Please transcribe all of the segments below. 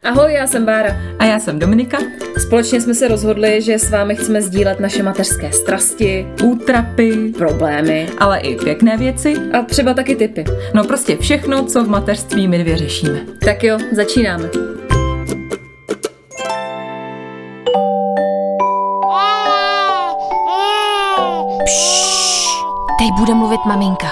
Ahoj, já jsem Bára. A já jsem Dominika. Společně jsme se rozhodli, že s vámi chceme sdílet naše mateřské strasti, útrapy, problémy, ale i pěkné věci. A třeba taky tipy. No prostě všechno, co v mateřství my dvě řešíme. Tak jo, začínáme. Teď bude mluvit maminka.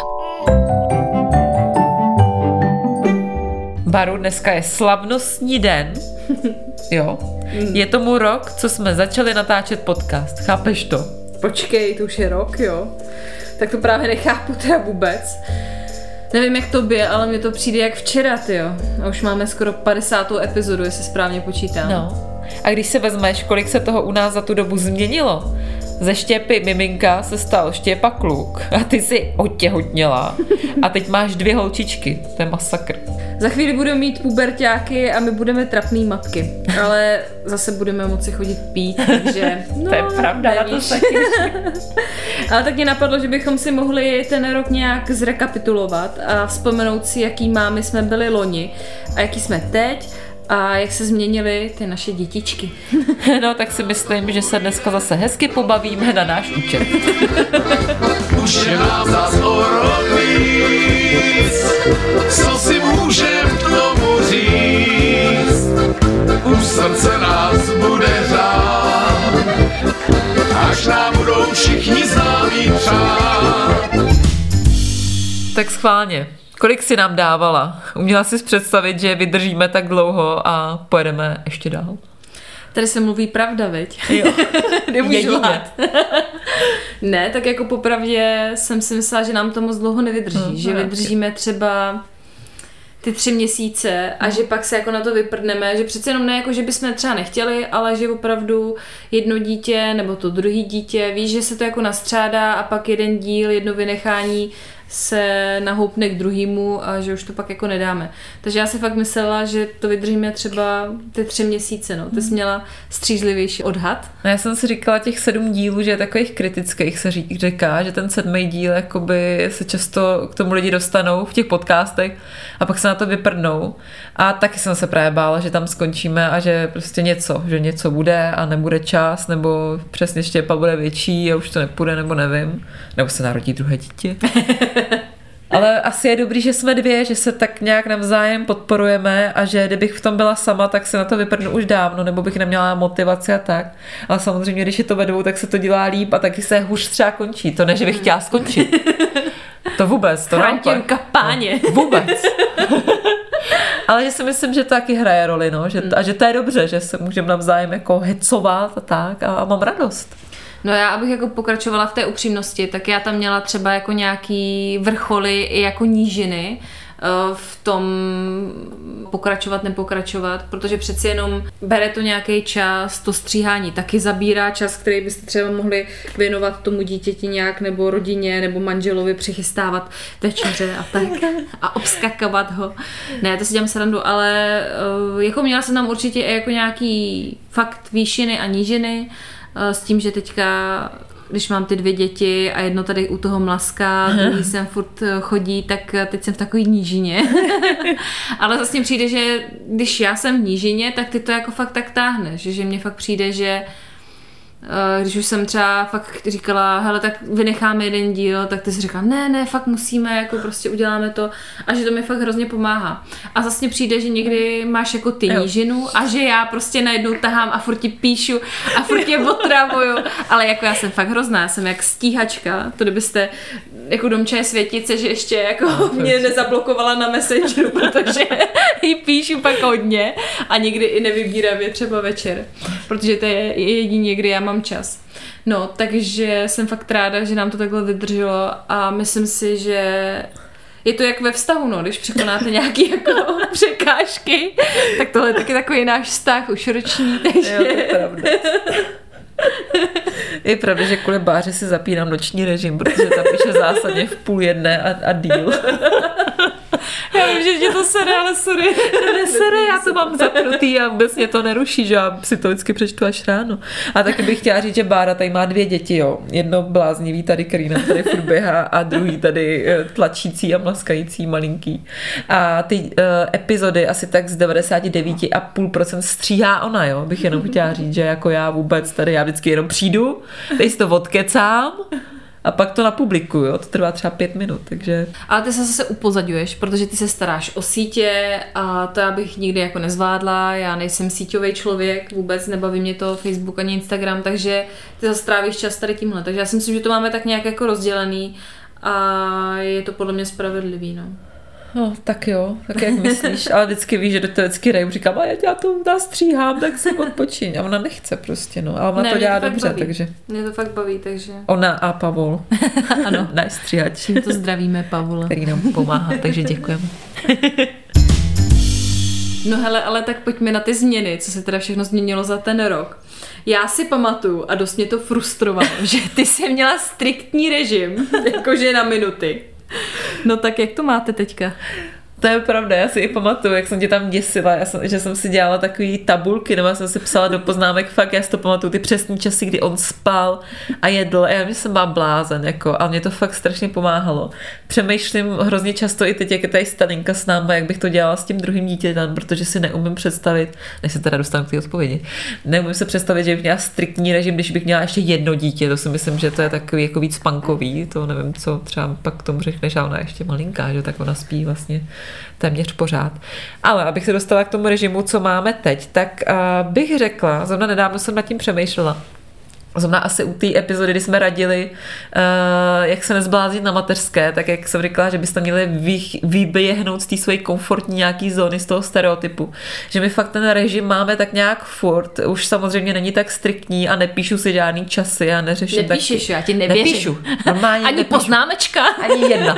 Baru, dneska je slavnostní den. Jo. Je tomu rok, co jsme začali natáčet podcast. Chápeš to? Počkej, to už je rok, jo? Tak to právě nechápu teda vůbec. Nevím, jak tobě, ale mně to přijde jak včera, tyjo. A už máme skoro 50. epizodu, jestli správně počítám. No. A když se vezmeš, kolik se toho u nás za tu dobu změnilo? Ze Štěpy miminka se stal Štěpa kluk a ty jsi otěhotněla a teď máš 2 holčičky. To je masakr. Za chvíli budeme mít puberťáky a my budeme trapný matky. Ale zase budeme moci chodit pít, takže... No, to je pravda, na to se Ale tak mě napadlo, že bychom si mohli ten rok nějak zrekapitulovat a vzpomenout si, jaký mámy jsme byli loni a jaký jsme teď a jak se změnily ty naše dětičky. No, tak si myslím, že se dneska zase hezky pobavíme na náš účet. Už je nám zas o rok víc, co si můžem k tomu říct. Už srdce nás bude řád, až nám budou všichni známí přát. Tak schválně. Kolik jsi nám dávala? Uměla jsi představit, že vydržíme tak dlouho a pojedeme ještě dál? Tady se mluví pravda, viď? Jo. Nemůžu lhát. Ne, tak jako popravdě jsem si myslela, že nám to moc dlouho nevydrží. Že vydržíme třeba ty 3 měsíce a že pak se jako na to vyprdneme, že přece jenom ne jako, že bychom třeba nechtěli, ale že opravdu jedno dítě nebo to druhý dítě, víš, že se to jako nastřádá a pak jeden díl, jedno vynechání se nahoupne k druhému a že už to pak jako nedáme. Takže já si fakt myslela, že to vydržíme třeba ty 3 měsíce, no. Ty jsi měla střízlivější odhad. No, já jsem si říkala těch 7 dílů, že je takových kritických se říká, že ten 7. díl jakoby se často k tomu lidi dostanou v těch podcastech a pak se na to vyprdnou. A taky jsem se právě bála, že tam skončíme a že prostě něco bude a nebude čas, nebo přesně Štěpa bude větší a už to nepůjde, nebo nevím. Nebo se narodí druhé dítě. Ale asi je dobrý, že jsme 2, že se tak nějak navzájem podporujeme a že kdybych v tom byla sama, tak se na to vyprdnu už dávno, nebo bych neměla motivaci a tak. Ale samozřejmě, když je to ve 2, tak se to dělá líp a taky se hůř třeba končí. To ne, že bych chtěla skončit. To vůbec, to naopak. Páně. No, vůbec. Ale že si myslím, že to taky hraje roli, no, a že to je dobře, že se můžeme navzájem jako hecovat a tak a mám radost. No já, abych jako pokračovala v té upřímnosti, tak já tam měla třeba jako nějaký vrcholy i jako nížiny v tom nepokračovat, protože přeci jenom bere to nějaký čas, to stříhání taky zabírá čas, který byste třeba mohli věnovat tomu dítěti nějak, nebo rodině, nebo manželovi, přichystávat večeře a tak a obskakovat ho. Ne, to si dělám srandu, ale jako měla jsem tam určitě jako nějaký fakt výšiny a nížiny, s tím, že teďka, když mám ty 2 děti a jedno tady u toho mlaská, druhý sem furt chodí, tak teď jsem v takový nížině. Ale zase mi přijde, že když já jsem v nížině, tak ty to jako fakt tak táhneš, že mně fakt přijde, že když už jsem třeba fakt říkala, hele, tak vynecháme jeden díl, tak ty si říkala, ne, fakt musíme, jako prostě uděláme to a že to mi fakt hrozně pomáhá. A zase přijde, že někdy máš jako ty nížinu a že já prostě najednou tahám a furt ti píšu a furt tě otravuju, ale jako já jsem fakt hrozná, já jsem jak stíhačka, to kdybyste jako Domče světice, že ještě jako mě nezablokovala na Messengeru, protože jí píšu pak hodně a někdy i nevybíravě třeba večer, protože to je jedině, kdy já mám čas. No, takže jsem fakt ráda, že nám to takhle vydrželo a myslím si, že je to jak ve vztahu, no, když překonáte nějaké jako překážky, tak tohle je taky takový náš vztah už roční, takže... Jo, to je pravda. Je pravda, že kvůli Báře si zapínám noční režim, protože ta píše zásadně v 12:30 a díl. Já vím, že tě to sere, ale sorry. Nesere, já to mám zapnutý a vůbec mě to neruší, že já si to vždycky přečtu až ráno. A taky bych chtěla říct, že Bára tady má 2 děti, jo. Jedno bláznivý tady, který nám tady furt běhá a druhý tady tlačící a mlaskající malinký. A ty epizody asi tak z 99,5% stříhá ona, jo. Bych jenom chtěla říct, že jako já vůbec tady, já vždycky jenom přijdu, teď si to odkecám a pak to napublikuju, jo? To trvá třeba 5 minut, takže... Ale ty se zase upozadňuješ, protože ty se staráš o sítě a to já bych nikdy jako nezvládla, já nejsem síťový člověk, vůbec nebaví mě to Facebook ani Instagram, takže ty zase trávíš čas tady tímhle, takže já si myslím, že to máme tak nějak jako rozdělený a je to podle mě spravedlivý, no. No, tak jo, tak jak myslíš, ale vždycky víš, že do toho vždycky Reju říkám, a já to nastříhám, tak se odpočiň. A ona nechce prostě, no, ale ona ne, to dělá to dobře, baví. takže... Mě to fakt baví, takže... Ona a Pavol. Ano. Náš stříhač. To zdravíme, Pavole. Který nám pomáhá, takže děkujeme. No hele, ale tak pojďme na ty změny, co se teda všechno změnilo za ten rok. Já si pamatuju a dost mě to frustrovalo, že ty jsi měla striktní režim, jakože na minuty. No tak jak to máte teďka? To je pravda, já si i pamatuju, jak jsem tě tam děsila, že jsem si dělala takový tabulky, nebo já jsem si psala do poznámek, fakt já si to pamatuju, ty přesný časy, kdy on spal a jedl a já jsem byla blázen, jako, a mě to fakt strašně pomáhalo. Přemýšlím hrozně často i teď, jak je tady Staninka s náma, jak bych to dělala s tím druhým dítětem, protože si neumím představit, než se teda dostanu k té odpovědi, neumím se představit, že bych měla striktní režim, když bych měla ještě jedno dítě, to si myslím, že to je takový jako víc punkový, to nevím, co třeba pak k tomu řekneš, a ona je ještě malinká, že tak ona spí vlastně téměř pořád. Ale abych se dostala k tomu režimu, co máme teď, tak bych řekla, zrovna nedávno jsem nad tím přemýšlela, zrovna asi u té epizody, kdy jsme radili, jak se nezbláznit na mateřské, tak jak jsem říkala, že byste měli vyběhnout z té své komfortní nějaký zóny, z toho stereotypu. Že my fakt ten režim máme tak nějak furt, už samozřejmě není tak striktní a nepíšu si žádný časy a neřeším. Nepíšeš, já ti nevěřím. Nepíšu. Normálně ani nepíšu. poznámečka. Ani jedna.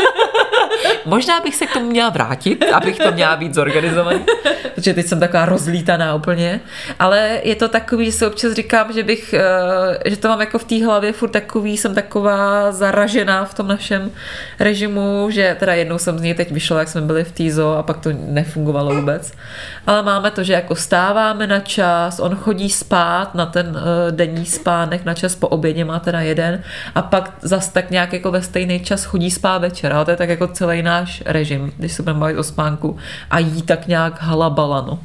Možná bych se k tomu měla vrátit, abych to měla víc zorganizovaný, protože teď jsem taková rozlítaná úplně, ale je to takový, že si občas říkám, že to mám jako v té hlavě furt takový, jsem taková zaražená v tom našem režimu, že teda jednou jsem z něj teď vyšla, jak jsme byli v té zoo a pak to nefungovalo vůbec, ale máme to, že jako stáváme na čas, on chodí spát na ten denní spánek na čas, po obědě má teda jeden a pak zas tak nějak jako ve stejný čas chodí spát večer, ale to je tak jako celý náš režim, když se budeme bavit o spánku a jí tak nějak halabala, no.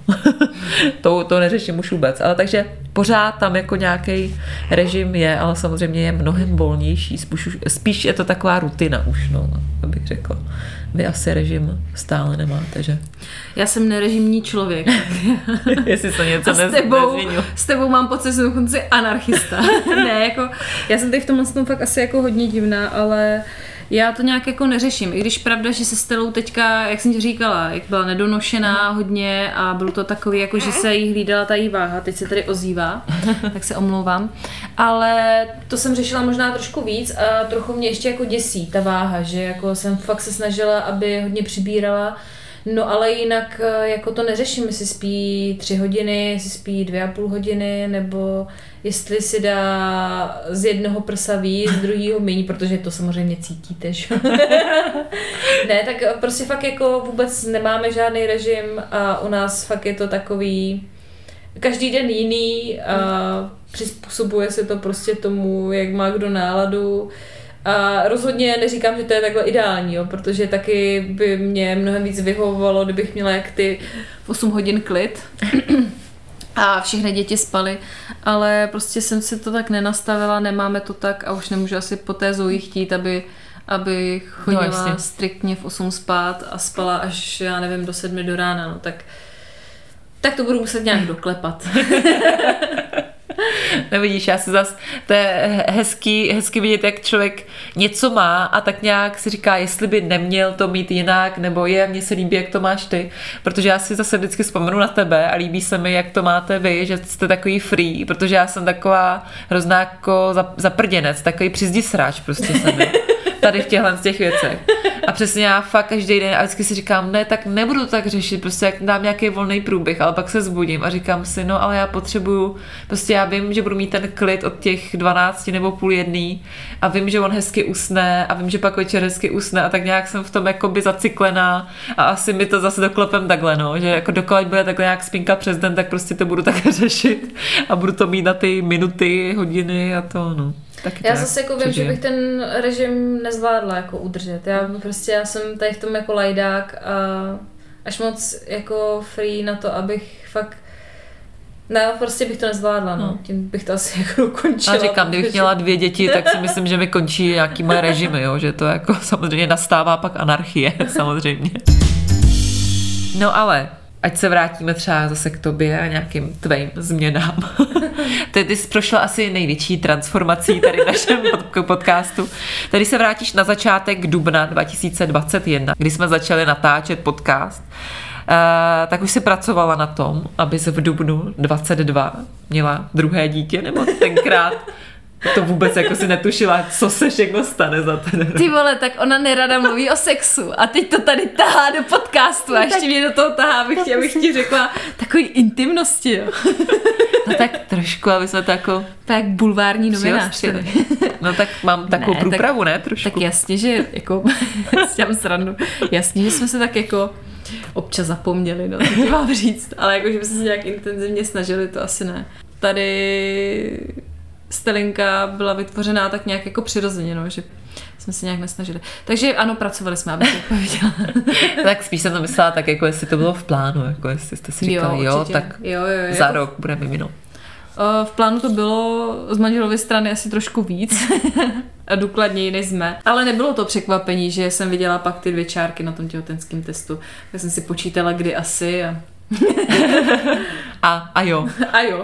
to neřeším už vůbec, ale takže pořád tam jako nějaký režim je, ale samozřejmě je mnohem volnější, spíš je to taková rutina už, no, abych řekla. Vy asi režim stále nemáte, že? Já jsem nerežimní člověk. Jestli se něco nezměnilo. S tebou mám pocit, že jsem dokonce anarchista. Ne, jako, já jsem tady v tomhle tom fakt asi jako hodně divná, ale já to nějak jako neřeším. I když pravda, že se Stelou teďka, jak jsem ti říkala, jak byla nedonošená hodně a bylo to takový, jako že se jí hlídala ta jí váha, teď se tady ozývá, tak se omlouvám. Ale to jsem řešila možná trošku víc a trochu mě ještě jako děsí ta váha, že jako jsem fakt se snažila, aby hodně přibírala. No ale jinak jako to neřeším, jestli spí 3 hodiny, jestli spí 2,5 hodiny, nebo jestli si dá z jednoho prsa víc, z druhého míň, protože to samozřejmě cítíte, že? Ne, tak prostě fakt jako vůbec nemáme žádný režim a u nás fakt je to takový každý den jiný a přizpůsobuje se to prostě tomu, jak má kdo náladu. A rozhodně neříkám, že to je takhle ideální, jo, protože taky by mě mnohem víc vyhovovalo, kdybych měla jak ty 8 hodin klid a všechny děti spaly, ale prostě jsem si to tak nenastavila, nemáme to tak a už nemůžu asi po té Zoe chtít, aby chodila striktně v 8 spát a spala až, já nevím, do 7 do rána, no tak to budu muset nějak doklepat. Nevidíš, já si zas, to je hezký vidět, jak člověk něco má a tak nějak si říká, jestli by neměl to mít jinak, nebo mně se líbí, jak to máš ty, protože já si zase vždycky vzpomenu na tebe a líbí se mi, jak to máte vy, že jste takový free, protože já jsem taková hrozná jako zaprděnec, takový přizdisráč prostě jsem tady v těch věcech. A přesně já fakt každý den a vždycky si říkám, ne, tak nebudu tak řešit, prostě jak dám nějaký volný průběh, ale pak se zbudím a říkám si, no ale já potřebuju, prostě já vím, že budu mít ten klid od těch 12 nebo půl jedný a vím, že on hezky usne a vím, že pak večer hezky usne a tak nějak jsem v tom jakoby zacyklená a asi mi to zase doklepem takhle, no, že jako dokud bude takhle nějak spinka přes den, tak prostě to budu tak řešit a budu to mít na ty minuty, hodiny a to, no. Já zase jako vím, že bych ten režim nezvládla jako udržet. Já jsem tady v tom jako lajdák a až moc jako free na to, abych fakt prostě bych to nezvládla, no. Tím bych to asi jako ukončila. A říkám, kdybych měla 2 děti, tak si myslím, že mi končí nějaký moje režimy, jo? Že to jako samozřejmě nastává pak anarchie, samozřejmě. No ale ať se vrátíme třeba zase k tobě a nějakým tvým změnám. Ty jsi prošla asi největší transformací tady v našem podcastu. Tady se vrátíš na začátek dubna 2021, kdy jsme začali natáčet podcast. Tak už jsi pracovala na tom, abys v dubnu 22 měla druhé dítě, nebo tenkrát to vůbec jako si netušila, co se všechno stane za ten rok. Ty vole, tak ona nerada mluví o sexu a teď to tady tahá do podcastu a ještě mě do toho tahá, abych ti řekla takový intimnosti, jo. No tak trošku, aby jsme to jako... Tak bulvární novinář. No tak mám takovou průpravu, ne? Trošku. Tak jasně, že jako s těm srandu. Jasně, že jsme se tak jako občas zapomněli, no, to mám říct, ale jako, že bychom se nějak intenzivně snažili, to asi ne. Tady Stelinka byla vytvořená tak nějak jako přirozeně, no, že jsme se nějak nesnažili. Takže ano, pracovali jsme, abych to odpověděla. Tak spíš jsem to myslela tak, jako jestli to bylo v plánu, jako jestli jste si říkali, jo tak jo, za jako rok bude mimino. V plánu to bylo z manželovy strany asi trošku víc a důkladněji než jsme. Ale nebylo to překvapení, že jsem viděla pak ty 2 čárky na tom těhotenském testu. Tak jsem si počítala, kdy asi a jo. A jo.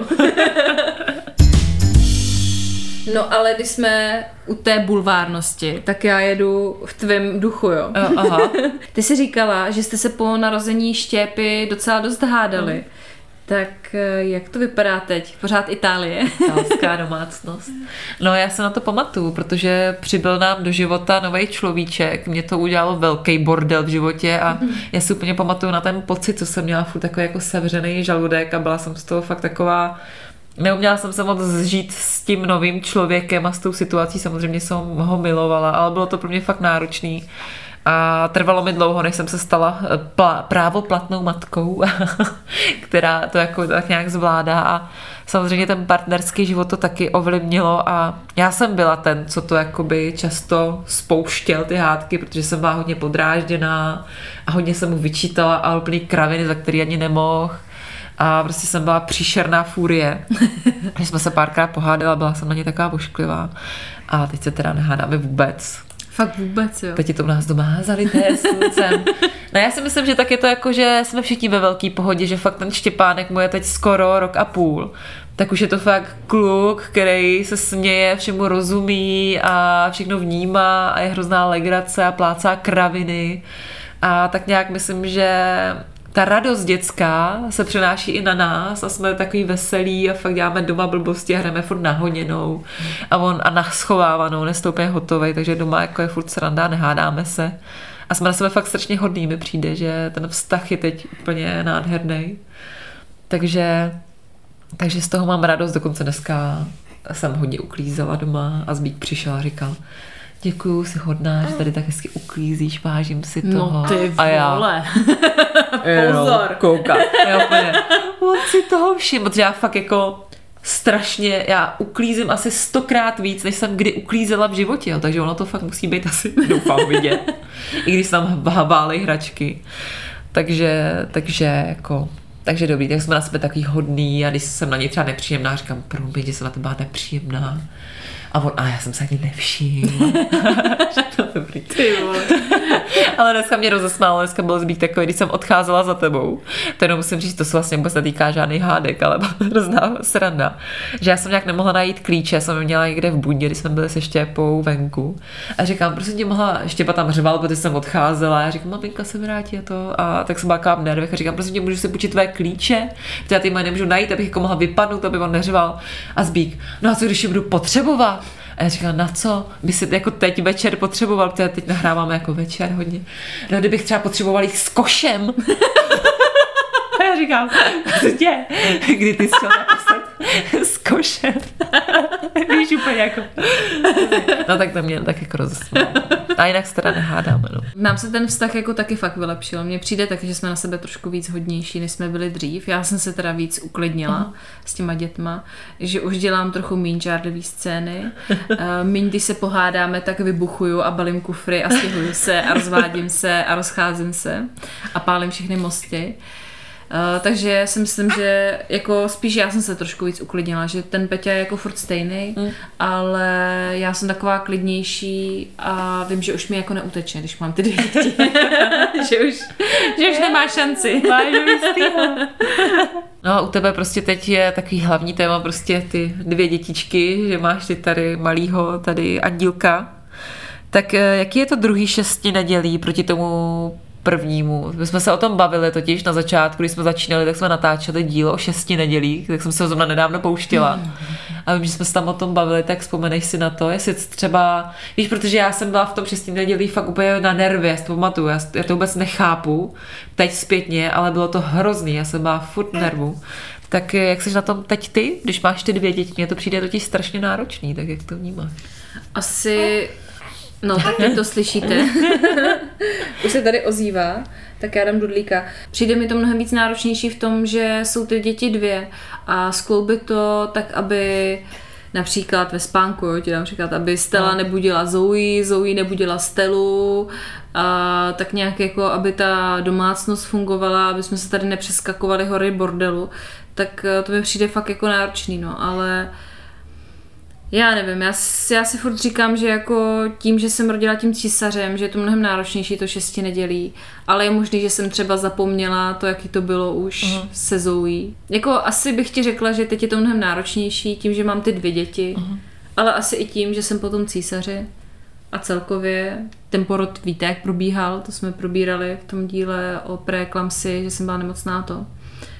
No ale když jsme u té bulvárnosti, tak já jedu v tvém duchu, jo. Aha. Ty jsi říkala, že jste se po narození Štěpy docela dost hádali. Tak jak to vypadá teď? Pořád Itálie? Italská domácnost. No já se na to pamatuju, protože přibyl nám do života nový človíček. Mě to udělalo velký bordel v životě a já si úplně pamatuju na ten pocit, co jsem měla furt takový jako sevřený žaludek a byla jsem z toho fakt taková... Neuměla jsem se moc žít s tím novým člověkem a s tou situací, samozřejmě jsem ho milovala, ale bylo to pro mě fakt náročný. A trvalo mi dlouho, než jsem se stala právoplatnou matkou, která to jako tak nějak zvládá a samozřejmě ten partnerský život to taky ovlivnilo a já jsem byla ten, co to jakoby často spouštěl ty hádky, protože jsem byla hodně podrážděná a hodně jsem mu vyčítala a úplný kraviny, za který ani nemohl. A prostě jsem byla příšerná fúrie. Když jsme se párkrát pohádala, byla jsem na ně taková ošklivá. A teď se teda nehádáme vůbec. Fakt vůbec, jo. Teď je to u nás doma zalité sluncem. No já si myslím, že tak je to jako, že jsme všichni ve velký pohodě, že fakt ten Štěpánek mu je teď skoro 1,5 roku. Tak už je to fakt kluk, který se směje, všemu rozumí a všechno vnímá a je hrozná legrace a plácá kraviny. A tak nějak myslím, že ta radost dětská se přenáší i na nás a jsme takový veselí a fakt děláme doma blbosti a hrajeme furt nahoněnou a naschovávanou, nestoupně hotovej, takže doma jako je furt sranda, nehádáme se. A jsme na sebe fakt strašně hodný, mi přijde, že ten vztah je teď úplně nádherný. Takže z toho mám radost, dokonce dneska jsem hodně uklízela doma a Zbík přišel a říkal: děkuju, jsi hodná, že tady tak hezky uklízíš, vážím si toho. No ty vole. A já, pozor. Koukám. On si toho všim, protože já fakt jako strašně, já uklízím asi 100krát víc, než jsem kdy uklízela v životě, jo, takže ono to fakt musí být asi, doufám, vidět. I když tam válej hračky. Takže dobrý, tak jsme na sebe takový hodný a když jsem na něj třeba nepříjemná, říkám, promiň, že jsem na tebe nepříjemná. A já jsem se ani nevšimla. Dobrý. Ty vole. Ale dneska mě rozesmálo, dneska byl Zbík takový, když jsem odcházela za tebou. To jenom musím říct, to se vlastně vůbec netýká žádný hádek, ale hrozná sranda. Že já jsem nějak nemohla najít klíče, jsem měla někde v bundě, když jsme byli se Štěpou venku. A říkám, prosím tě, mohla, Štěpa tam řval, protože jsem odcházela. Já říkám, maminka se vrátí a to. A tak jsem byla v nervech a říkám, prosím tě, můžu si půjčit tvé klíče? Protože já ty moje nemůžu najít, abych jako mohla vypadnout, aby on neřval. A Zbík, no a co když je budu potřebovat? A já říkám, na co? By si jako teď večer potřeboval, protože teď nahráváme jako večer hodně. No, kdybych třeba potřeboval jich s košem. A já říkám, kdy ty jsi šel naposled s košem? Víš, úplně jako... No tak to mě tak jako rozesměl. A jinak se teda nehádáme, no. Nám se ten vztah jako taky fakt vylepšil. Mně přijde taky, že jsme na sebe trošku víc hodnější, než jsme byli dřív. Já jsem se teda víc uklidnila s těma dětma, že už dělám trochu méně žárlivý scény. Míň, když se pohádáme, tak vybuchuju a balím kufry a stěhuju se a rozvádím se a rozcházím se a pálím všechny mosty. Takže si myslím, že jako spíš já jsem se trošku víc uklidnila, že ten Peťa je jako furt stejný, ale já jsem taková klidnější a vím, že už mi jako neuteče, když mám ty 2 děti. že už nemá šanci. No a u tebe prostě teď je takový hlavní téma prostě ty 2 dětičky, že máš ty tady malýho, tady Andílka. Tak jaký je to druhý 6 nedělí proti tomu prvnímu? My jsme se o tom bavili totiž na začátku, když jsme začínali, tak jsme natáčeli dílo o 6 nedělích, tak jsem se ho zrovna nedávno pouštěla. A vím, že jsme se tam o tom bavili, tak vzpomeneš si na to, jestli třeba, víš, protože já jsem byla v tom 6 nedělí fakt úplně na nervy, já si to pamatuju, já to vůbec nechápu, teď zpětně, ale bylo to hrozný, já jsem byla furt nervu. Tak jak jsi na tom teď ty, když máš ty 2 děti? Mně to přijde totiž strašně náročný, tak jak to vnímáš? Asi... No, tak teď to slyšíte. Už se tady ozývá, tak já dám dudlíka. Přijde mi to mnohem víc náročnější v tom, že jsou ty děti 2 a skloubit to tak, aby například ve spánku, ti dám říkat, aby Stella nebudila Zoe nebudila Stelu, a tak nějak jako, aby ta domácnost fungovala, aby jsme se tady nepřeskakovali hory bordelu, tak to mi přijde fakt jako náročný, no, ale já nevím, já si furt říkám, že jako tím, že jsem rodila tím císařem, že je to mnohem náročnější to 6 nedělí, ale je možný, že jsem třeba zapomněla to, jaký to bylo už se Zoe. Jako asi bych ti řekla, že teď je to mnohem náročnější tím, že mám ty 2 děti, ale asi i tím, že jsem potom císaři a celkově ten porod víte, jak probíhal, to jsme probírali v tom díle o preeklamsi, že jsem byla nemocná to.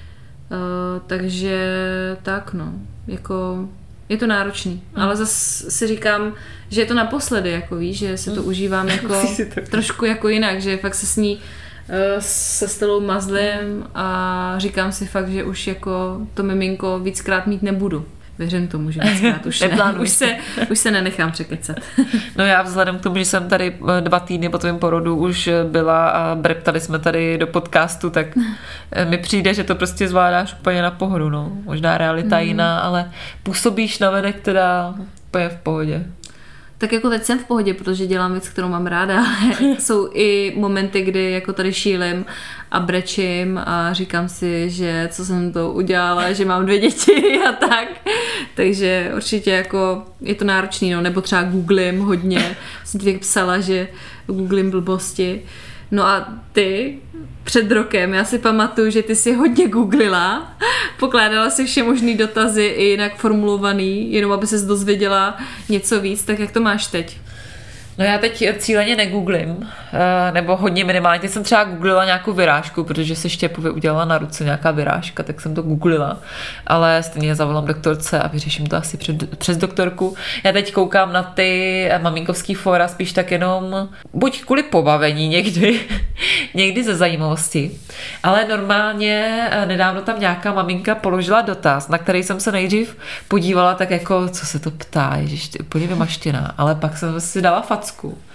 Takže tak no, jako... Je to náročný, ale zase si říkám, že je to naposledy, jako víš, že si to užívám jako trošku jako jinak, že fakt se s ní se Stelou mazlím a říkám si fakt, že už jako to miminko víckrát mít nebudu. Věřím tomu, že víckrát už ne. Už se nenechám překecat. No já vzhledem k tomu, že jsem tady 2 týdny po tvém porodu už byla a breptali jsme tady do podcastu, tak mi přijde, že to prostě zvládáš úplně na pohodu, no. Možná realita jiná, ale působíš navenek teda úplně v pohodě. Tak jako teď jsem v pohodě, protože dělám věc, kterou mám ráda, ale jsou i momenty, kdy jako tady šílim a brečím a říkám si, že co jsem to udělala, že mám 2 děti a tak. Takže určitě jako je to náročný, no, nebo třeba googlím hodně. Jsem ti psala, že googlím blbosti. No a ty před rokem, já si pamatuju, že ty si hodně googlila, pokládala si vše možný dotazy i jinak formulovaný, jenom aby ses dozvěděla něco víc, tak jak to máš teď? No já teď cíleně negooglím, nebo hodně minimálně. Teď jsem třeba googlila nějakou vyrážku, protože se Štěpovi udělala na ruce nějaká vyrážka, tak jsem to googlila, ale stejně zavolám doktorce a vyřeším to asi přes doktorku. Já teď koukám na ty maminkovský fóra spíš tak jenom buď kvůli pobavení někdy ze zajímavosti, ale normálně nedávno tam nějaká maminka položila dotaz, na který jsem se nejdřív podívala tak jako, co se to ptá, ježiš, ty úplně vymaštěná, ale pak jsem si dala facku.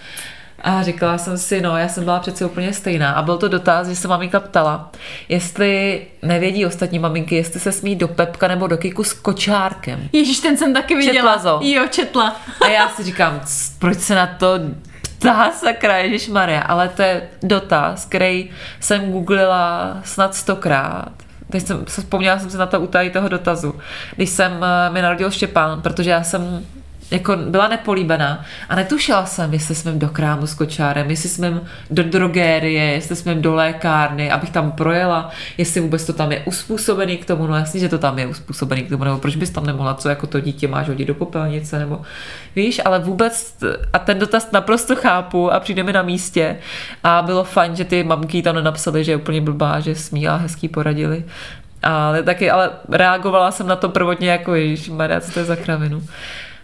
A říkala jsem si, no, já jsem byla přece úplně stejná. A byl to dotaz, že se maminka ptala, jestli nevědí ostatní maminky, jestli se smí do Pepka nebo do Kiku s kočárkem. Ježíš, ten jsem taky viděla. Četla to? Jo, četla. A já si říkám, proč se na to ptá, sakra, ježišmarja. Ale to je dotaz, který jsem googlila snad 100krát. Teď vzpomněla jsem se na to u toho dotazu. Když jsem mi narodil Štěpán, protože já jsem jako byla nepolíbená a netušila jsem, jestli jsme do krámu s kočárem, jestli jsme do drogérie, jestli jsme do lékárny, abych tam projela, jestli vůbec to tam je uspůsobený k tomu, no jasně, že to tam je uspůsobený k tomu, nebo proč bys tam nemohla, co jako to dítě máš hodit do popelnice, nebo víš, ale vůbec, a ten dotaz naprosto chápu a přijde mi na místě a bylo fajn, že ty mamky tam nenapsaly, že je úplně blbá, že smí a hezký poradili. Ale reagovala jsem na to prvotně jako, ježišmarja, co to je za kravinu.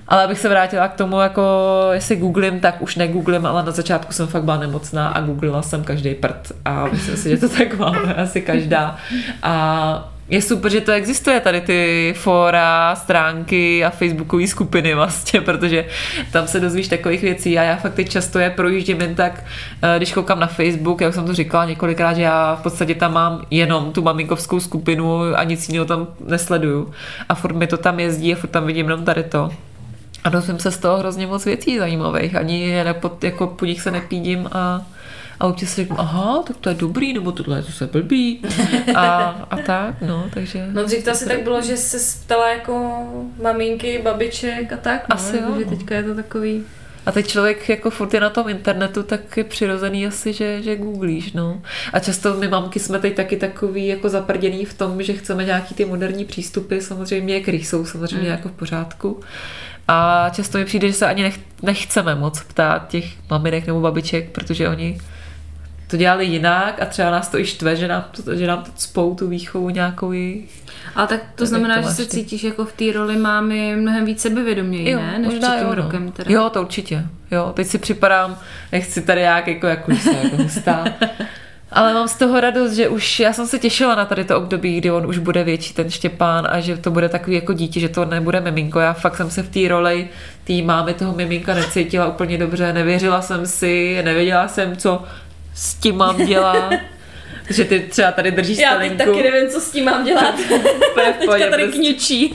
Ale abych se vrátila k tomu, jako jestli googlím, tak už negooglím, ale na začátku jsem fakt byla nemocná a googlila jsem každý prd a myslím si, že to tak máme asi každá. A je super, že to existuje tady ty fóra, stránky a facebookové skupiny vlastně, protože tam se dozvíš takových věcí a já fakt teď často je projíždím jen tak, když koukám na Facebook, jak jsem to říkala několikrát, že já v podstatě tam mám jenom tu maminkovskou skupinu a nic jiného tam nesleduju a furt mi to tam jezdí a furt tam vidím jenom tady to. A dozvím se z toho hrozně moc věcí zajímavých, ani jako po nich se nepídím a určitě si řeknu, aha, tak to je dobrý, nebo tohle je zase blbý a tak, no, takže... No dřív to asi tak bylo, že se ptala jako maminky, babiček a tak, no, asi jo, že teďka je to takový... A teď člověk jako furt je na tom internetu, tak je přirozený asi, že googlíš, no. A často my mamky jsme teď taky takový jako zaprděný v tom, že chceme nějaký ty moderní přístupy, samozřejmě, který jsou samozřejmě jako v pořádku. A často mi přijde, že se ani nechceme moc ptát těch maminek nebo babiček, protože oni to dělali jinak a třeba nás to i štve, že nám to cpou tu výchovu nějakou. Ale tak to znamená, že se cítíš jako v té roli mámy mnohem víc sebevědoměji, ne? Než před tím rokem teda. Jo, to určitě. Jo, teď si připadám, nechci tady jako hustá. Ale mám z toho radost, že už já jsem se těšila na tady to období, kdy on už bude větší, ten Štěpán, a že to bude takový jako dítě, že to nebude miminko. Já fakt jsem se v té roli té mámy toho miminka necítila úplně dobře, nevěřila jsem si, nevěděla jsem, co s tím mám dělat. Že ty třeba tady držíš stelinku. Já taky nevím, co s tím mám dělat. Teďka tady kňučí.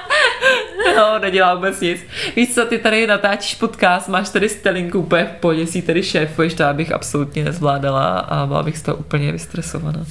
No, nedělá vůbec nic. Víš co, ty tady natáčíš podcast, máš tady stelinku úplně v pohodě, si tady šéfuješ, to bych absolutně nezvládala a byla bych z toho úplně vystresovaná.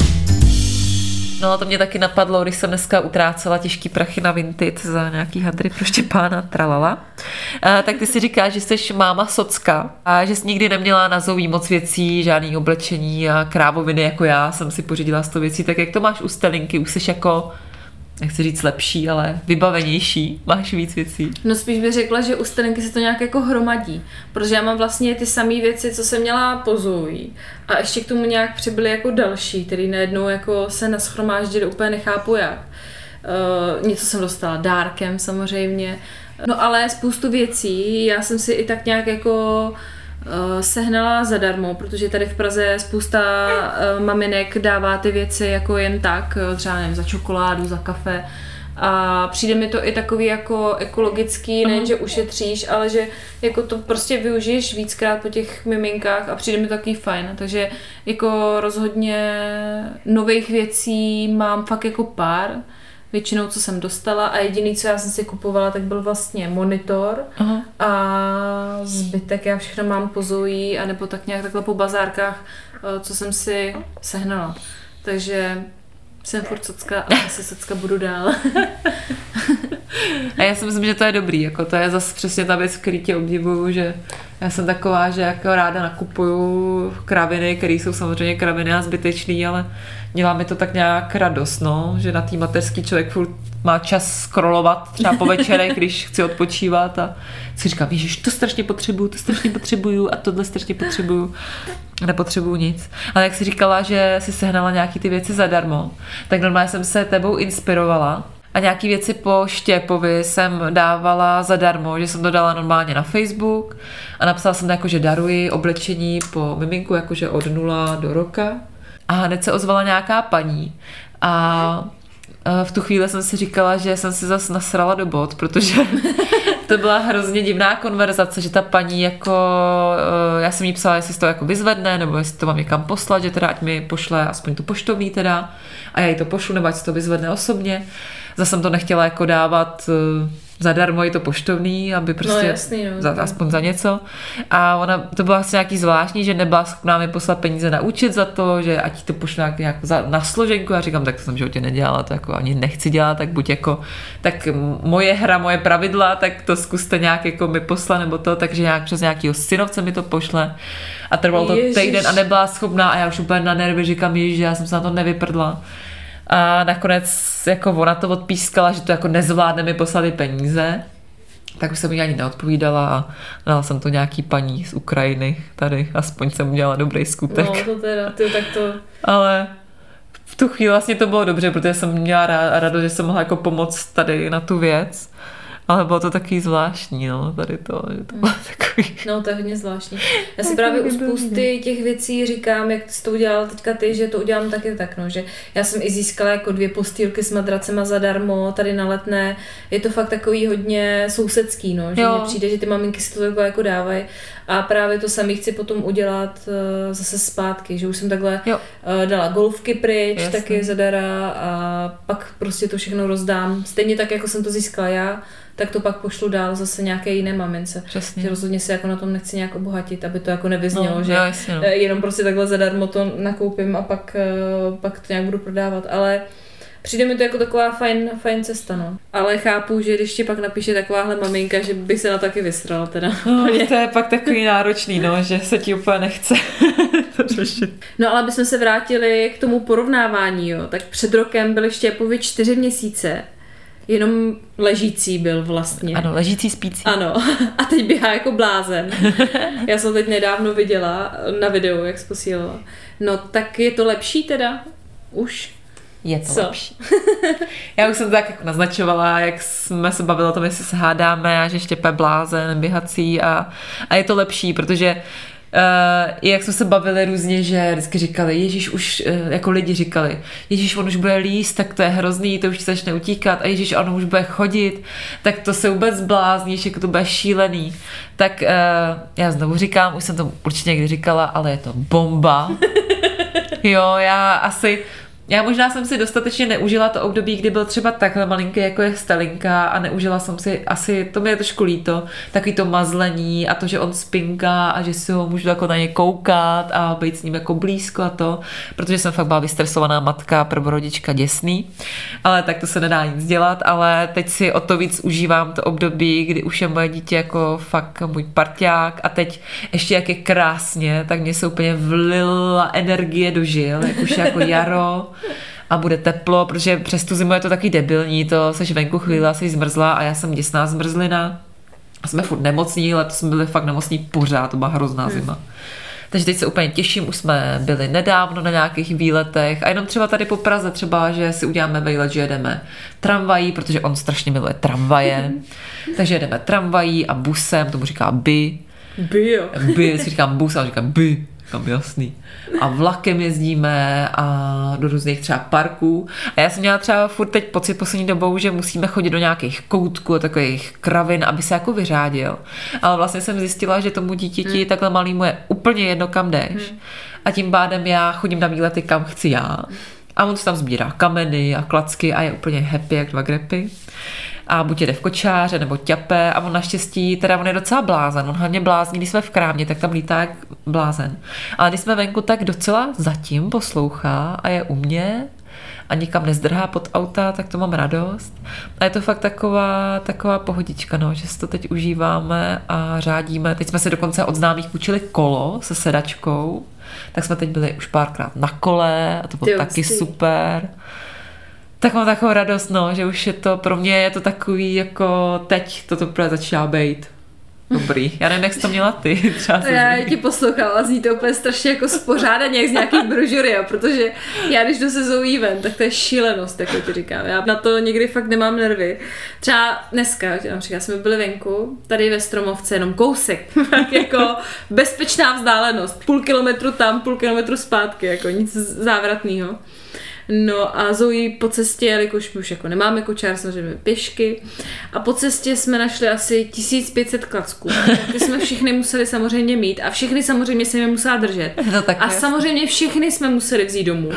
No a to mě taky napadlo, když jsem dneska utrácela těžký prachy na Vinted za nějaký hadry pro Štěpána, tralala. Tak ty si říkáš, že jsi máma socka a že jsi nikdy neměla na Zoe moc věcí, žádný oblečení a krávoviny jako já jsem si pořídila 100 věcí. Tak jak to máš u Stelinky? Už jsi jako, nechci říct lepší, ale vybavenější? Máš víc věcí? No spíš bych řekla, že u Stelinky se to nějak jako hromadí, protože já mám vlastně ty samé věci, co jsem měla po Zoe. A ještě k tomu nějak přibyly jako další, který najednou jako se nashromáždili, úplně nechápu jak. Něco jsem dostala dárkem samozřejmě. No ale spoustu věcí já jsem si i tak nějak jako sehnala zadarmo, protože tady v Praze spousta maminek dává ty věci jako jen tak, třeba nevím, za čokoládu, za kafe. A přijde mi to i takový jako ekologický, nejen, že ušetříš, ale že jako to prostě využiješ víckrát po těch miminkách a přijde mi to takový fajn. Takže jako rozhodně nových věcí mám fakt jako pár, většinou, co jsem dostala, a jediný, co já jsem si kupovala, tak byl vlastně monitor. Aha. A zbytek já všechno mám po Zoe, anebo tak nějak takhle po bazárkách, co jsem si sehnala. Takže jsem furt socka a asi socka budu dál. A já si myslím, že to je dobrý, jako to je zase přesně ta věc, který tě obdivuju, že já jsem taková, že jako ráda nakupuju kraviny, které jsou samozřejmě kraviny a zbytečný, ale dělá mi to tak nějak radost, no, že na té mateřský člověk furt má čas scrollovat třeba po večerech, když chci odpočívat a si říkám, ježiš, to strašně potřebuju a tohle strašně potřebuju. Nepotřebuju nic. Ale jak jsi říkala, že jsi sehnala nějaký ty věci zadarmo, tak normálně jsem se tebou inspirovala a nějaký věci po Štěpovi jsem dávala zadarmo, že jsem to dala normálně na Facebook a napsala jsem jako, že daruji oblečení po miminku, jakože od 0 do roka. A hned se ozvala nějaká paní a v tu chvíli jsem si říkala, že jsem si zase nasrala do bod, protože to byla hrozně divná konverzace, že ta paní jako, já jsem jí psala, jestli to jako vyzvedne, nebo jestli to mám někam poslat, že teda ať mi pošle aspoň to poštovní teda a já jí to pošlu, nebo ať si to vyzvedne osobně. Zase jsem to nechtěla jako dávat zadarmo i to poštovní, aby prostě jasný, aspoň za něco. A ona, to bylo asi nějaký zvláštní, že nebyla schopná mi poslat peníze na účet za to, že ať to pošle nějak na složenku. Já říkám, tak to jsem v životě nedělala, to jako ani nechci dělat, tak buď jako, tak moje hra, moje pravidla, tak to zkuste nějak jako mi poslat nebo to, takže nějak přes nějakýho synovce mi to pošle. A trvalo to týden a nebyla schopná a já už úplně na nervy říkám, ježiš, já jsem se na to nevyprdla. A nakonec jako ona to odpískala, že to jako nezvládne mi poslat peníze, tak už jsem jí ani neodpovídala a dala jsem to nějaký paní z Ukrajiny tady, aspoň jsem udělala dobrý skutek. No to teda, tak to... Ale v tu chvíli vlastně to bylo dobře, protože jsem měla radost, že jsem mohla jako pomoct tady na tu věc. Ale bylo to takový zvláštní, no, tady to, že to bylo takový... No, to je hodně zvláštní. Já si právě u spousty těch věcí říkám, jak jsi to udělal teďka ty, že to udělám taky tak, no, že já jsem i získala jako 2 postýlky s madracema zadarmo tady na Letné. Je to fakt takový hodně sousedský, no, že mně přijde, že ty maminky si to jako dávají a právě to samý chci potom udělat zase zpátky, že už jsem takhle dala golfky pryč, taky zadara a pak prostě to všechno rozdám. Stejně tak, jako jsem to získala já, tak to pak pošlu dál zase nějaké jiné mamince. Přesně. Že rozhodně se jako na tom nechci nějak obohatit, aby to jako nevyznělo, že jasně, jenom prostě takhle zadarmo to nakoupím a pak to nějak budu prodávat, ale přijde mi to jako taková fajn cesta, no. Ale chápu, že když ti pak napíše takováhle maminka, že by se na taky vysrala teda. No, to je pak takový náročný, no, že se ti úplně nechce to řešit. No, ale abychom se vrátili k tomu porovnávání, jo, tak před rokem byly Štěpovi 4 měsíce. Jenom ležící byl vlastně. Ano, ležící, spící. Ano, a teď běhá jako blázen. Já jsem teď nedávno viděla na videu, jak jsi posílala. No, tak je to lepší teda? Už? Je to lepší. Já už jsem to tak jako naznačovala, jak jsme se bavili o tom, jestli se hádáme a že Štěpa je blázen, běhací a je to lepší, protože jak jsme se bavili různě, že vždycky říkali, Ježíš už, jako lidi říkali, Ježíš, on už bude líst, tak to je hrozný, to už se začne utíkat a Ježíš, on už bude chodit, tak to se vůbec zblázníš, jako to bude šílený. Tak já znovu říkám, už jsem to určitě někdy říkala, ale je to bomba. Jo, já možná jsem si dostatečně neužila to období, kdy byl třeba takhle malinký, jako je Stalinka a neužila jsem si asi, to mi je trošku líto, takový to mazlení a to, že on spinká a že si ho můžu jako na něj koukat a být s ním jako blízko a to, protože jsem fakt byla vystresovaná matka, prvorodička, děsný, ale tak to se nedá nic dělat, ale teď si o to víc užívám to období, kdy už je moje dítě jako fakt můj parťák a teď ještě jak je krásně, tak mě se úplně vlila energie do žil, jak už je jako jaro, a bude teplo, protože přes tu zimu je to taky debilní, to seš venku chvíli, jsi zmrzla a já jsem děsná zmrzlina a jsme furt nemocní, letos jsme byli fakt nemocní pořád, to byla hrozná zima. Takže teď se úplně těším, už jsme byli nedávno na nějakých výletech a jenom třeba tady po Praze třeba, že si uděláme výlet, že jedeme tramvají, protože on strašně miluje tramvaje, takže jedeme tramvají a busem, tomu říká by. By, jo. By, si říkám bus, ale říkám by. Kam jasný. A vlakem jezdíme a do různých třeba parků. A já jsem měla třeba furt teď pocit poslední dobou, že musíme chodit do nějakých koutků a takových kravin, aby se jako vyřádil. Ale vlastně jsem zjistila, že tomu dítěti takhle malýmu je úplně jedno, kam jdeš. A tím pádem já chodím na výlety, kam chci já. A on si tam sbírá kameny a klacky a je úplně happy jak 2 grepy. A buď jede v kočáře nebo ťape a on naštěstí, teda on je docela blázen, on hlavně blázní, když jsme v krámě, tak tam lítá jak blázen. Ale když jsme venku, tak docela zatím poslouchá a je u mě a nikam nezdrhá pod auta, tak to mám radost. A je to fakt taková pohodička, no, že si to teď užíváme a řádíme. Teď jsme se dokonce od známých půjčili kolo se sedačkou, tak jsme teď byli už párkrát na kole a to bylo taky super. Tak mám takovou radost, no, že už je to, pro mě je to takový, jako teď toto právě začíná být dobrý. Já nevím, jak jsi to měla ty. Já ti poslouchám a zní to úplně strašně jako spořádaně, jak z nějakých brožury, protože já když jdu se Zoe ven, tak to je šílenost, jako ti říkám. Já na to někdy fakt nemám nervy. Třeba dneska, například jsme byli venku, tady ve Stromovce, jenom kousek, tak jako bezpečná vzdálenost, 0,5 kilometru tam, 0,5 kilometru zpátky, jako nic závratného. No a Zoe po cestě, jelikož my už jako nemáme kočár, samozřejmě pěšky, a po cestě jsme našli asi 1500 klacků. Ty jsme všechny museli samozřejmě mít a všechny samozřejmě se je musela držet. No, a samozřejmě všechny jsme museli vzít domů.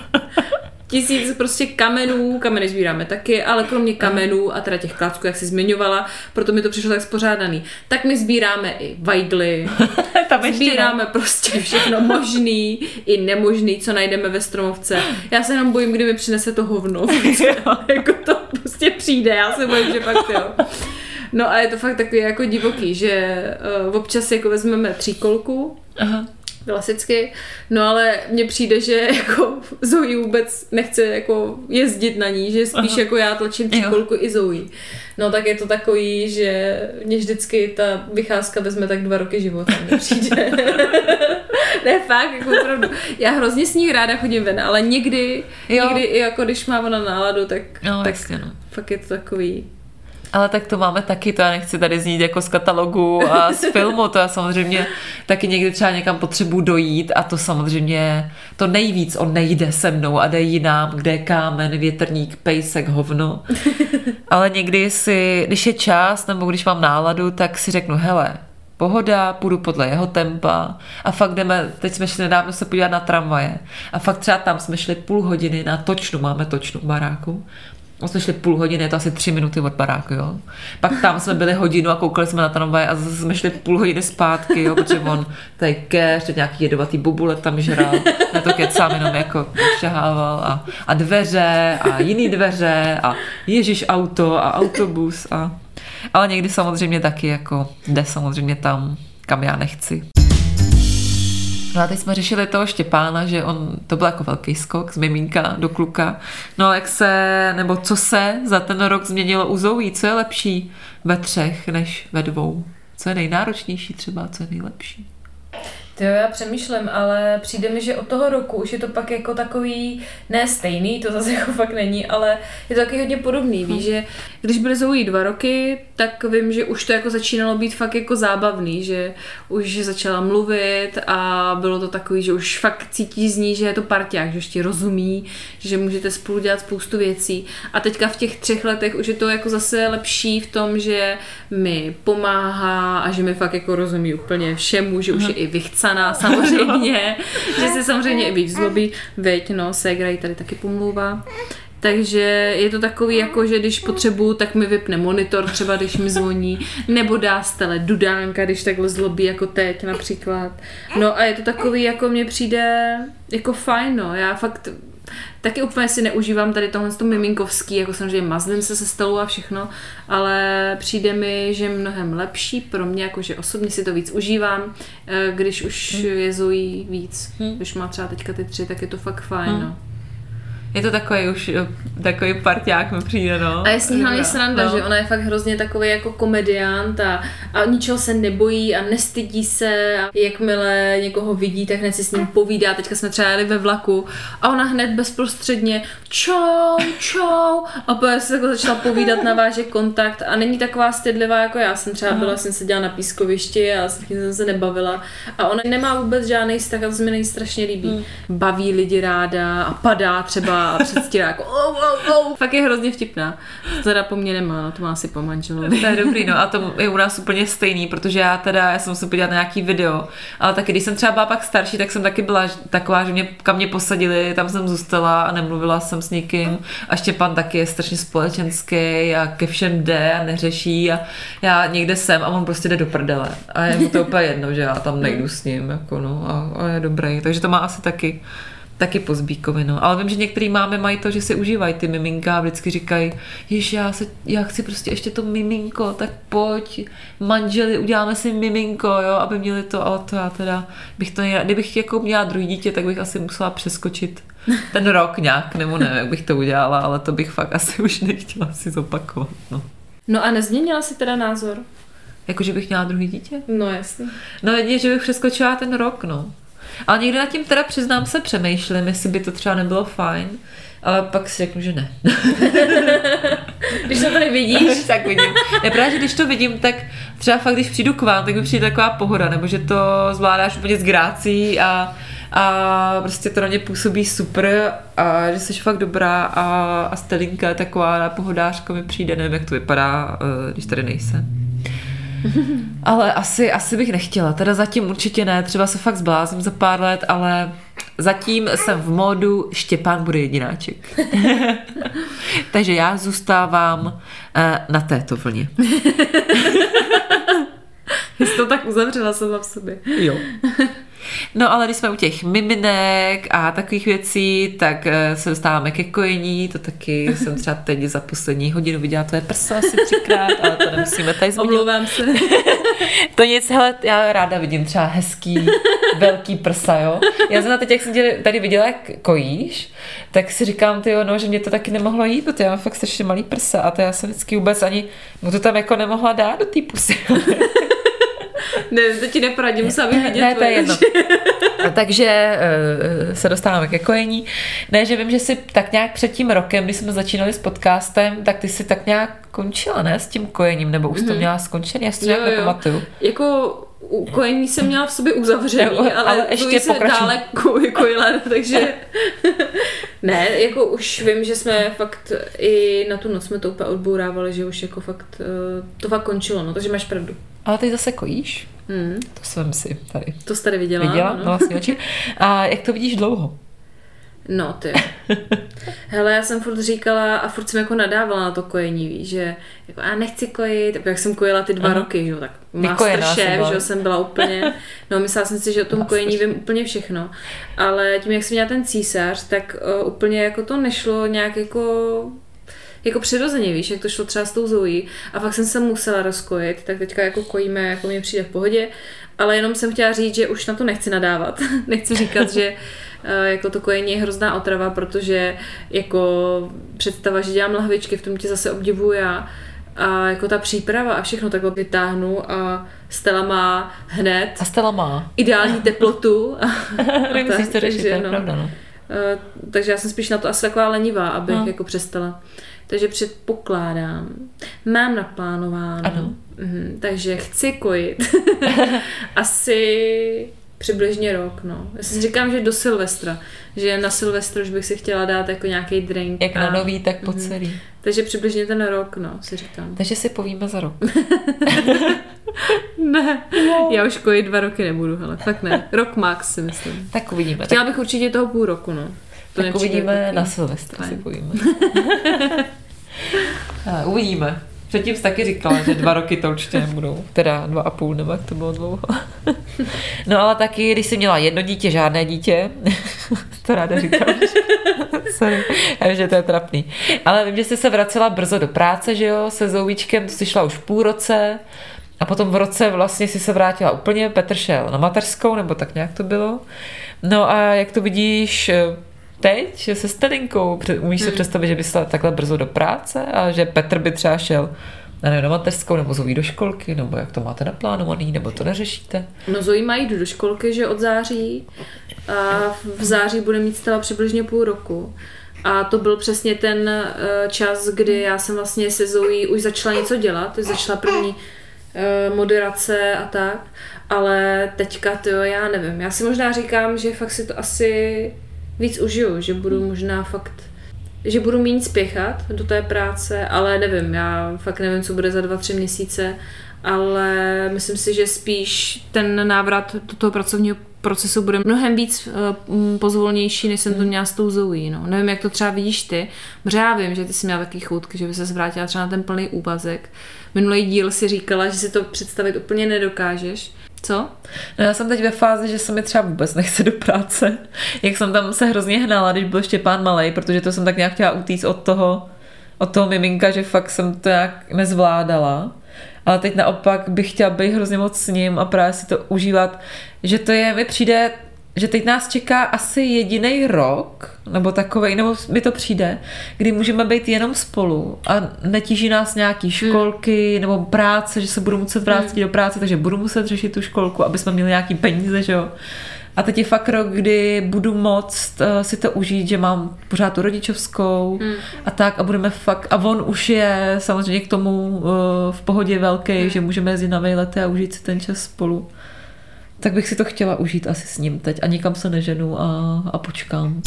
1000 prostě kameny sbíráme taky, ale kromě kamenů a teda těch klacků, jak jsi zmiňovala, proto mi to přišlo tak spořádaný, tak my sbíráme i vajdly, sbíráme prostě všechno možný i nemožný, co najdeme ve Stromovce. Já se jenom bojím, kdy mi přinese to hovno. Jako to prostě přijde, já se bojím, že fakt jo. No a je to fakt takový jako divoký, že občas jako vezmeme tříkolku, klasicky, no ale mně přijde, že jako Zoe vůbec nechce jako jezdit na ní, že spíš jako já tlačím tříkolku i Zoe. No tak je to takový, že mě vždycky ta vycházka vezme tak 2 roky života, mně přijde. Ne, fakt, jako opravdu. Já hrozně s ní ráda chodím ven, ale někdy jako když má ona náladu, tak jasně, no. Fakt je to takový. Ale tak to máme taky, to já nechci tady znít jako z katalogu a z filmu, to já samozřejmě taky někdy třeba někam potřebuji dojít a to samozřejmě, to nejvíc on nejde se mnou a jde jinam, kde je kámen, větrník, pejsek, hovno. Ale někdy si, když je čas nebo když mám náladu, tak si řeknu, hele, pohoda, půjdu podle jeho tempa a fakt jdeme, teď jsme šli nedávno se podívat na tramvaje a fakt třeba tam jsme šli půl hodiny na Točnu, máme Točnu v baráku. Jsme šli půl hodiny, je to asi 3 minuty od baráku, jo. Pak tam jsme byli hodinu a koukali jsme na tramvaj a zase jsme šli půl hodiny zpátky, jo, protože on tady keř, teď nějaký jedovatý bobule tam žral, na to kecám jenom jako šahával a dveře a jiný dveře a ježiš auto a autobus ale někdy samozřejmě taky jako jde samozřejmě tam, kam já nechci. No a teď jsme řešili toho Štěpána, že to byl jako velký skok z miminka do kluka. No jak co se za ten rok změnilo u Zoe? Co je lepší ve 3 než ve 2? Co je nejnáročnější třeba, co je nejlepší? Jo, já přemýšlím, ale přijde mi, že od toho roku už je to pak jako takový, ne stejný, to zase jako fakt není, ale je to taky hodně podobný, víš, že když byly Zoe 2 roky, tak vím, že už to jako začínalo být fakt jako zábavný, že už začala mluvit a bylo to takový, že už fakt cítí z ní, že je to parťák, že už ti rozumí, že můžete spolu dělat spoustu věcí a teďka v těch 3 letech už je to jako zase lepší v tom, že mi pomáhá a že mi fakt jako rozumí úplně všemu, že už je i vychcaná samozřejmě, že se samozřejmě i víc zlobí, veď, no, ségra jí tady taky pomlouvá. Takže je to takový, jako že když potřebuju, tak mi vypne monitor, třeba když mi zvoní, nebo dá z tele dudánka, když takhle zlobí, jako teď například. No a je to takový, jako mně přijde jako fajn, no. Já fakt taky úplně si neužívám tady tohle miminkovský, jako samozřejmě mazlím se stolu a všechno, ale přijde mi, že mnohem lepší pro mě, jakože osobně si to víc užívám, když už je Zoe víc. Když má třeba teďka ty 3, tak je to fakt fajn, no. Je to takový parťák mi přijde, no. A je s ní hlavně sranda, že ona je fakt hrozně takový jako komediant a ničeho se nebojí a nestydí se a jakmile někoho vidí, tak hned si s ním povídá. Teďka jsme třeba jeli ve vlaku a ona hned bezprostředně čau a potom se jako začala povídat, naváže kontakt a není taková stydlivá jako já jsem třeba byla, jsem seděla na pískovišti a s tím jsem se nebavila a ona nemá vůbec žádný vztah a to se mi strašně líbí. Baví lidi ráda a padá třeba a předstírá jako fakt je hrozně vtipná. To teda po mně nemá, no to má asi po manželovi. To je dobrý, no a to je u nás úplně stejný, protože já jsem se podívat na nějaký video, ale taky když jsem třeba byla pak starší, tak jsem taky byla taková, že kam mě posadili, tam jsem zůstala a nemluvila jsem s nikým a Štěpán taky je strašně společenský a ke všem jde a neřeší a já někde jsem a on prostě jde do prdele a je mu to úplně jedno, že já tam nejdu s ním jako no a je dobrý, takže to má asi taky po Zbíkovi, no. Ale vím, že některý mámy mají to, že si užívají ty miminka a vždycky říkají, jež já chci prostě ještě to miminko, tak pojď, manželi, uděláme si miminko, jo, aby měli to, ale to já teda bych to nejde. Kdybych jako měla druhý dítě, tak bych asi musela přeskočit ten rok nějak, nebo nevím, jak bych to udělala, ale to bych fakt asi už nechtěla si zopakovat, no. No a nezměnila si teda názor? Jako, že bych měla druhý dítě? No jasně. No jedině, že bych přeskočila ten rok, no. Ale někdy nad tím teda přiznám se přemýšlím, jestli by to třeba nebylo fajn, ale pak si řeknu, že ne. Když to tady vidíš, tak vidím. Právě, že když to vidím, tak třeba fakt, když přijdu k vám, tak mi přijde taková pohoda, nebo že to zvládáš úplně s grácí a prostě to na ně působí super a že jsi fakt dobrá a Stelinka je taková pohodářka mi přijde, nevím, jak to vypadá, když tady nejsem. Ale asi bych nechtěla, teda zatím určitě ne, třeba se fakt zblázním za pár let, ale zatím jsem v módu Štěpán bude jedináček. Takže já zůstávám na této vlně. Jsi to tak uzavřela sama v sobě. Jo. No ale když jsme u těch miminek a takových věcí, tak se dostáváme ke kojení, to taky jsem třeba teď za poslední hodinu viděla tvoje prsa asi 3krát, ale to nemusíme tady zmínit. Omlouvám se. To nic, hele, já ráda vidím třeba hezký, velký prsa, jo. Já jsem teď, jak jsem tě tady viděla, jak kojíš, tak si říkám, že mě to taky nemohlo jít, protože já mám fakt strašně malý prsa a to já jsem vždycky vůbec ani mu to tam jako nemohla dát do té pusy. Ne, to ti neporadím, musela bych vidět. Ne, to je jedno. Takže se dostáváme ke kojení. Ne, že vím, že si tak nějak před tím rokem, když jsme začínali s podcastem, tak ty si tak nějak končila, ne, s tím kojením, nebo už to měla skončený, já si to nějak nepamatuju. Jako kojení jsem měla v sobě uzavřený, ale ještě se dále kojila, takže ne, jako už vím, že jsme fakt i na tu noc jsme to úplně odbourávali, že už jako fakt to fakt končilo, no, takže máš pravdu. Ale ty zase kojíš? To jsem si tady. To jsi tady viděla? No, vlastně oči. A jak to vidíš dlouho? No, ty. Hele, já jsem furt říkala a furt jsem jako nadávala na to kojení, víš, že jako, já nechci kojit, jak jsem kojila ty 2 roky, že jo, tak Masterchef, že jo, jsem byla úplně, no myslela jsem si, že o tom kojení vím úplně všechno, ale tím, jak jsem měla ten císař, tak úplně jako to nešlo nějak jako přirozeně, víš, jak to šlo třeba s tou Zoe a fakt jsem se musela rozkojit, tak teďka jako kojíme, jako mě přijde v pohodě, ale jenom jsem chtěla říct, že už na to nechci nadávat, nechci říkat, že jako to kojení je hrozná otrava, protože jako představa, že dělám lahvičky, v tom tě zase obdivuju já a jako ta příprava a všechno takhle vytáhnu a Stella má hned a Stella má ideální teplotu. Nemusíš to řešit, to je pravda, no. Takže já jsem spíš na to asi taková lenivá, abych jako přestala. Takže předpokládám, mám naplánováno, ano. Takže chci kojit asi přibližně rok, no. Já si říkám, že do Silvestra, že na Silvestr už bych si chtěla dát jako nějaký drink. Jak na nový, tak po celý. Takže přibližně ten rok, no, si říkám. Takže si povíme za rok. Ne, já už kojit 2 roky nebudu, hele, fakt ne. Rok max si myslím. Tak uvidíme. Chtěla bych určitě toho půl roku, no. To tak uvidíme na Silvestra, si povíme. Uvidíme. Předtím jsi taky říkala, že 2 roky to určitě nebudou. Teda 2,5, nebo jak to bylo dlouho. No ale taky, když jsi měla 1 dítě, žádné dítě, to ráda říkám. Sorry, já vím, že to je trapný. Ale vím, že jsi se vracela brzo do práce, že jo, se Zouvíčkem, to jsi šla už půl roce a potom v roce vlastně jsi se vrátila úplně, Petr šel na mateřskou, nebo tak nějak to bylo. No a jak to vidíš teď se Stelinkou, umíš si představit, že bys šla takhle brzo do práce a že Petr by třeba šel na mateřskou nebo Zoe do školky, nebo jak to máte naplánovaný, nebo to neřešíte? No Zoe má jít do školky, že od září a v září bude mít Stella přibližně půl roku. A to byl přesně ten čas, kdy já jsem vlastně se Zoe už začala něco dělat, začala první moderace a tak, ale teďka já nevím, já si možná říkám, že fakt si to asi víc užiju, že budu možná fakt, že budu méně spěchat do té práce, ale nevím, já fakt nevím, co bude za 2-3 měsíce, ale myslím si, že spíš ten návrat do toho pracovního procesu bude mnohem víc pozvolnější, než jsem to měla s tou Zoe. No. Nevím, jak to třeba vidíš ty, protože já vím, že ty jsi měla taky choutky, že by se vrátila třeba na ten plný úvazek. Minulý díl si říkala, že si to představit úplně nedokážeš. Co? No já jsem teď ve fázi, že se mi třeba vůbec nechce do práce. Jak jsem tam se hrozně hnala, když byl Štěpán malej, protože to jsem tak nějak chtěla utíct od toho miminka, že fakt jsem to nějak nezvládala. Ale teď naopak bych chtěla být hrozně moc s ním a právě si to užívat, že to je, mi přijde, že teď nás čeká asi jediný rok, nebo takovej, nebo mi to přijde, kdy můžeme být jenom spolu a netíží nás nějaký školky nebo práce, že se budu muset vrátit do práce, takže budu muset řešit tu školku, aby jsme měli nějaký peníze, že jo. A teď je fakt rok, kdy budu moct si to užít, že mám pořád tu rodičovskou a tak a budeme fakt, a on už je samozřejmě k tomu v pohodě velký, že můžeme jezdit na vejlety a užít si ten čas spolu. Tak bych si to chtěla užít asi s ním teď a nikam se neženu a počkám.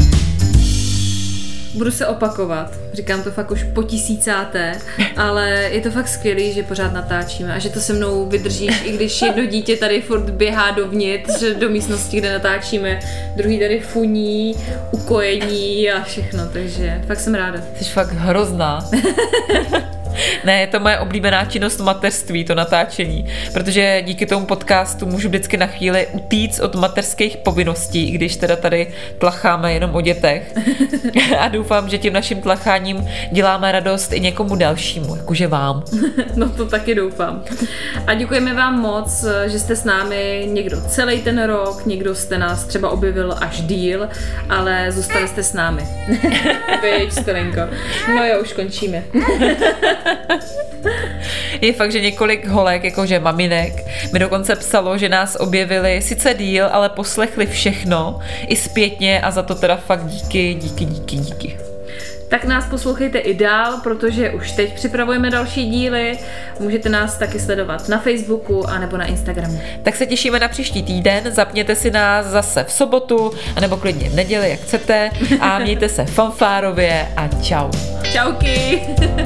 Budu se opakovat, říkám to fakt už po 1000, ale je to fakt skvělý, že pořád natáčíme a že to se mnou vydržíš, i když jedno dítě tady furt běhá dovnitř do místnosti, kde natáčíme, druhý tady funí, ukojení a všechno, takže fakt jsem ráda. Jsi fakt hrozná. Ne, je to moje oblíbená činnost v mateřství, to natáčení, protože díky tomu podcastu můžu vždycky na chvíli utíct od mateřských povinností, i když teda tady tlacháme jenom o dětech. A doufám, že tím naším tlacháním děláme radost i někomu dalšímu, jakože vám. No to taky doufám. A děkujeme vám moc, že jste s námi někdo celý ten rok, někdo jste nás třeba objevil až díl, ale zůstali jste s námi. Běž, Stelenko. No jo, už končíme. Je fakt, že několik holek, jakože maminek, mi dokonce psalo, že nás objevili sice díl, ale poslechli všechno i zpětně a za to teda fakt díky. Tak nás poslouchejte i dál, protože už teď připravujeme další díly. Můžete nás taky sledovat na Facebooku anebo na Instagramu. Tak se těšíme na příští týden, zapněte si nás zase v sobotu, anebo klidně v neděli, jak chcete, a mějte se fanfárově a čau. Čauky!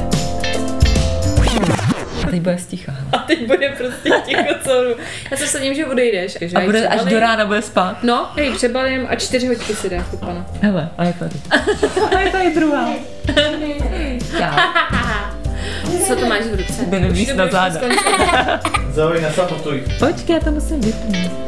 A teď bude sticha. A teď bude prostě ticho celou. Já se sadím, že odejdeš. A bude, až do rána bude spát. No, já ji přebalím a 4 hodiny si dá chupana. Hele, a je tady. A je tady druhá. Čau. Co to máš v ruce? Jde nevíc na záda. Zaujím, nesapatuj. Počkej, já to musím vypnout.